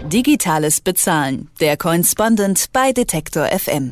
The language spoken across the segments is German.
Digitales Bezahlen. Der Correspondent bei Detektor FM.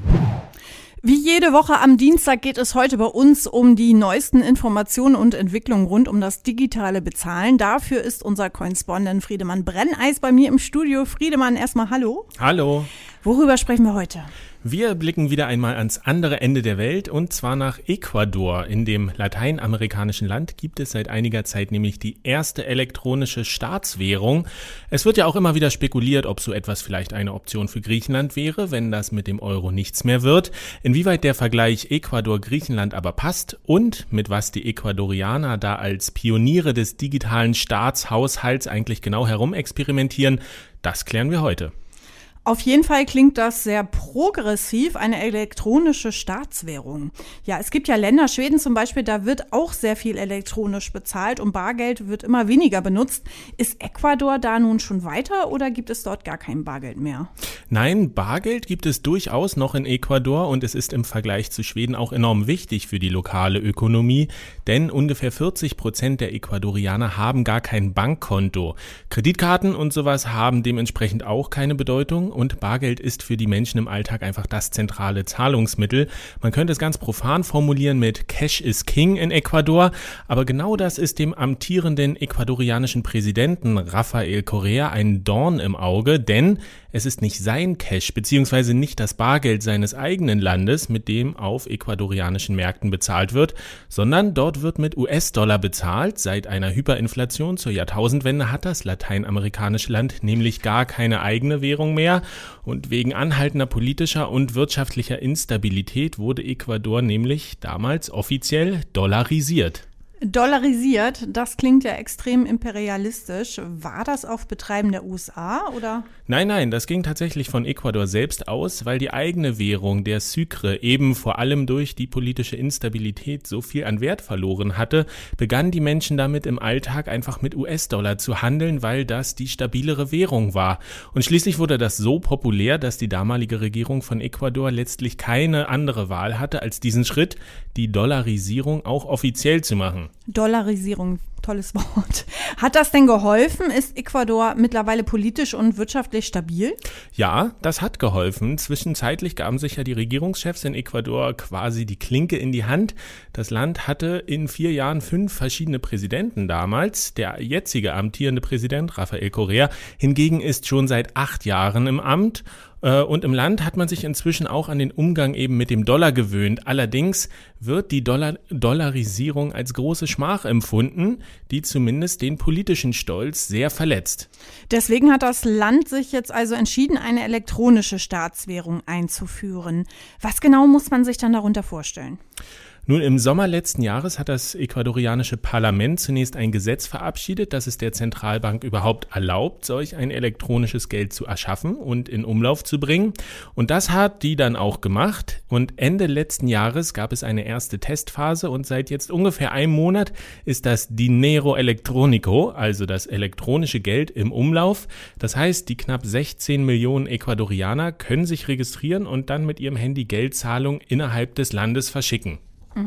Wie jede Woche am Dienstag geht es heute bei uns um die neuesten Informationen und Entwicklungen rund um das digitale Bezahlen. Dafür ist unser Correspondent Friedemann Brenneis bei mir im Studio. Friedemann, erstmal hallo. Hallo. Worüber sprechen wir heute? Wir blicken wieder einmal ans andere Ende der Welt und zwar nach Ecuador. In dem lateinamerikanischen Land gibt es seit einiger Zeit nämlich die erste elektronische Staatswährung. Es wird ja auch immer wieder spekuliert, ob so etwas vielleicht eine Option für Griechenland wäre, wenn das mit dem Euro nichts mehr wird. Inwieweit der Vergleich Ecuador-Griechenland aber passt und mit was die Ecuadorianer da als Pioniere des digitalen Staatshaushalts eigentlich genau herumexperimentieren, das klären wir heute. Auf jeden Fall klingt das sehr progressiv, eine elektronische Staatswährung. Ja, es gibt ja Länder, Schweden zum Beispiel, da wird auch sehr viel elektronisch bezahlt und Bargeld wird immer weniger benutzt. Ist Ecuador da nun schon weiter oder gibt es dort gar kein Bargeld mehr? Nein, Bargeld gibt es durchaus noch in Ecuador und es ist im Vergleich zu Schweden auch enorm wichtig für die lokale Ökonomie, denn ungefähr 40% der Ecuadorianer haben gar kein Bankkonto. Kreditkarten und sowas haben dementsprechend auch keine Bedeutung. Und Bargeld ist für die Menschen im Alltag einfach das zentrale Zahlungsmittel. Man könnte es ganz profan formulieren mit Cash is King in Ecuador, aber genau das ist dem amtierenden ecuadorianischen Präsidenten Rafael Correa ein Dorn im Auge, denn es ist nicht sein Cash bzw. nicht das Bargeld seines eigenen Landes, mit dem auf ecuadorianischen Märkten bezahlt wird, sondern dort wird mit US-Dollar bezahlt. Seit einer Hyperinflation zur Jahrtausendwende hat das lateinamerikanische Land nämlich gar keine eigene Währung mehr. Und wegen anhaltender politischer und wirtschaftlicher Instabilität wurde Ecuador nämlich damals offiziell dollarisiert. Dollarisiert, das klingt ja extrem imperialistisch. War das auf Betreiben der USA oder? Nein, das ging tatsächlich von Ecuador selbst aus, weil die eigene Währung, der Sucre, eben vor allem durch die politische Instabilität so viel an Wert verloren hatte, begannen die Menschen damit im Alltag einfach mit US-Dollar zu handeln, weil das die stabilere Währung war. Und schließlich wurde das so populär, dass die damalige Regierung von Ecuador letztlich keine andere Wahl hatte, als diesen Schritt, die Dollarisierung auch offiziell zu machen. Dollarisierung, tolles Wort. Hat das denn geholfen? Ist Ecuador mittlerweile politisch und wirtschaftlich stabil? Ja, das hat geholfen. Zwischenzeitlich gaben sich ja die Regierungschefs in Ecuador quasi die Klinke in die Hand. Das Land hatte in 4 Jahren 5 verschiedene Präsidenten damals. Der jetzige amtierende Präsident, Rafael Correa, hingegen ist schon seit 8 Jahren im Amt. Und im Land hat man sich inzwischen auch an den Umgang eben mit dem Dollar gewöhnt. Allerdings wird die Dollarisierung als große Schmach empfunden, die zumindest den politischen Stolz sehr verletzt. Deswegen hat das Land sich jetzt also entschieden, eine elektronische Staatswährung einzuführen. Was genau muss man sich dann darunter vorstellen? Nun, im Sommer letzten Jahres hat das ecuadorianische Parlament zunächst ein Gesetz verabschiedet, das es der Zentralbank überhaupt erlaubt, solch ein elektronisches Geld zu erschaffen und in Umlauf zu bringen. Und das hat die dann auch gemacht. Und Ende letzten Jahres gab es eine erste Testphase und seit jetzt ungefähr einem Monat ist das Dinero Electrónico, also das elektronische Geld, im Umlauf. Das heißt, die knapp 16 Millionen Ecuadorianer können sich registrieren und dann mit ihrem Handy Geldzahlungen innerhalb des Landes verschicken.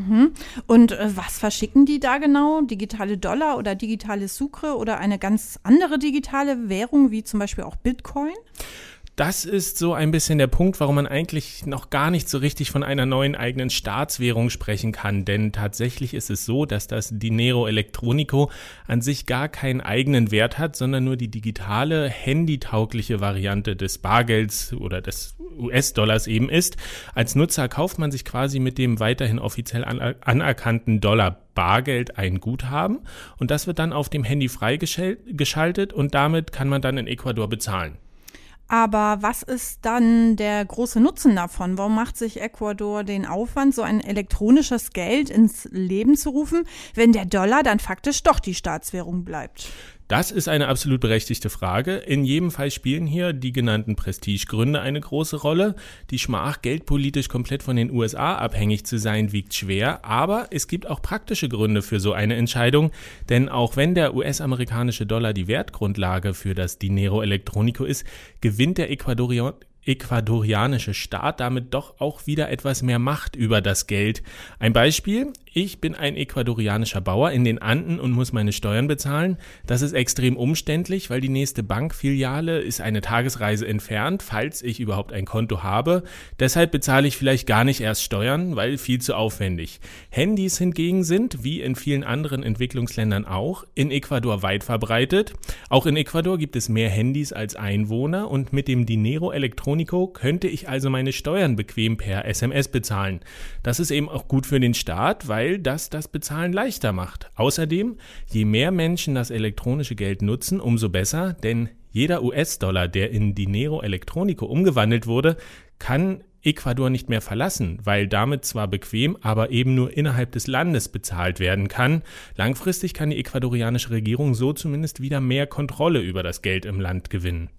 Und was verschicken die da genau? Digitale Dollar oder digitale Sucre oder eine ganz andere digitale Währung, wie zum Beispiel auch Bitcoin? Das ist so ein bisschen der Punkt, warum man eigentlich noch gar nicht so richtig von einer neuen eigenen Staatswährung sprechen kann. Denn tatsächlich ist es so, dass das Dinero Electrónico an sich gar keinen eigenen Wert hat, sondern nur die digitale, handytaugliche Variante des Bargelds oder des US-Dollars eben ist. Als Nutzer kauft man sich quasi mit dem weiterhin offiziell anerkannten Dollar Bargeld ein Guthaben und das wird dann auf dem Handy freigeschaltet und damit kann man dann in Ecuador bezahlen. Aber was ist dann der große Nutzen davon? Warum macht sich Ecuador den Aufwand, so ein elektronisches Geld ins Leben zu rufen, wenn der Dollar dann faktisch doch die Staatswährung bleibt? Das ist eine absolut berechtigte Frage. In jedem Fall spielen hier die genannten Prestigegründe eine große Rolle. Die Schmach, geldpolitisch komplett von den USA abhängig zu sein, wiegt schwer. Aber es gibt auch praktische Gründe für so eine Entscheidung. Denn auch wenn der US-amerikanische Dollar die Wertgrundlage für das Dinero Electrónico ist, gewinnt der ecuadorianische Staat damit doch auch wieder etwas mehr Macht über das Geld. Ein Beispiel: ich bin ein ecuadorianischer Bauer in den Anden und muss meine Steuern bezahlen. Das ist extrem umständlich, weil die nächste Bankfiliale ist eine Tagesreise entfernt, falls ich überhaupt ein Konto habe. Deshalb bezahle ich vielleicht gar nicht erst Steuern, weil viel zu aufwendig. Handys hingegen sind, wie in vielen anderen Entwicklungsländern auch, in Ecuador weit verbreitet. Auch in Ecuador gibt es mehr Handys als Einwohner und mit dem Dinero Electrónico könnte ich also meine Steuern bequem per SMS bezahlen. Das ist eben auch gut für den Staat, weil das Bezahlen leichter macht. Außerdem, je mehr Menschen das elektronische Geld nutzen, umso besser, denn jeder US-Dollar, der in Dinero Electrónico umgewandelt wurde, kann Ecuador nicht mehr verlassen, weil damit zwar bequem, aber eben nur innerhalb des Landes bezahlt werden kann. Langfristig kann die ecuadorianische Regierung so zumindest wieder mehr Kontrolle über das Geld im Land gewinnen.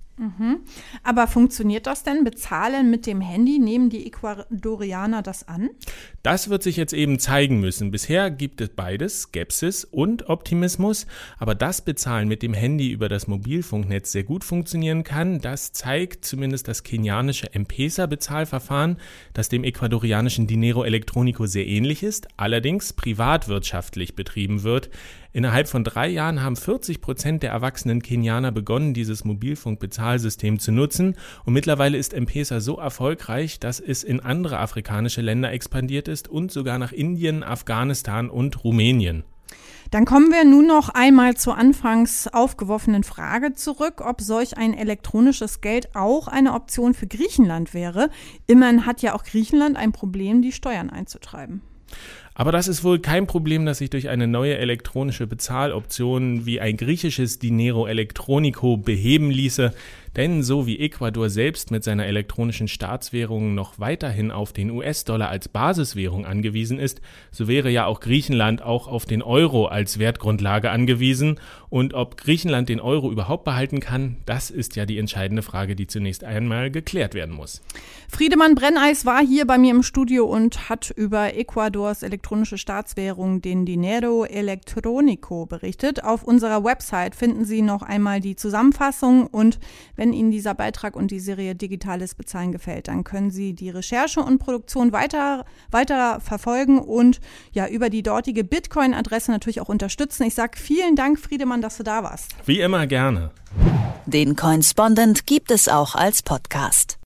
Aber funktioniert das denn? Bezahlen mit dem Handy? Nehmen die Ecuadorianer das an? Das wird sich jetzt eben zeigen müssen. Bisher gibt es beides, Skepsis und Optimismus. Aber dass Bezahlen mit dem Handy über das Mobilfunknetz sehr gut funktionieren kann, das zeigt zumindest das kenianische M-Pesa-Bezahlverfahren, das dem ecuadorianischen Dinero Electrónico sehr ähnlich ist, allerdings privatwirtschaftlich betrieben wird. Innerhalb von 3 Jahren haben 40% der erwachsenen Kenianer begonnen, dieses Mobilfunkbezahlsystem zu nutzen. Und mittlerweile ist M-Pesa so erfolgreich, dass es in andere afrikanische Länder expandiert ist und sogar nach Indien, Afghanistan und Rumänien. Dann kommen wir nun noch einmal zur anfangs aufgeworfenen Frage zurück, ob solch ein elektronisches Geld auch eine Option für Griechenland wäre. Immerhin hat ja auch Griechenland ein Problem, die Steuern einzutreiben. Aber das ist wohl kein Problem, das sich durch eine neue elektronische Bezahloption wie ein griechisches Dinero Electrónico beheben ließe. Denn so wie Ecuador selbst mit seiner elektronischen Staatswährung noch weiterhin auf den US-Dollar als Basiswährung angewiesen ist, so wäre ja auch Griechenland auch auf den Euro als Wertgrundlage angewiesen. Und ob Griechenland den Euro überhaupt behalten kann, das ist ja die entscheidende Frage, die zunächst einmal geklärt werden muss. Friedemann Brenneis war hier bei mir im Studio und hat über Ecuadors elektronische Staatswährung, den Dinero Electrónico, berichtet. Auf unserer Website finden Sie noch einmal die Zusammenfassung und wenn Ihnen dieser Beitrag und die Serie Digitales Bezahlen gefällt, dann können Sie die Recherche und Produktion weiter verfolgen und ja über die dortige Bitcoin-Adresse natürlich auch unterstützen. Ich sage vielen Dank, Friedemann, dass du da warst. Wie immer gerne. Den Coinspondent gibt es auch als Podcast.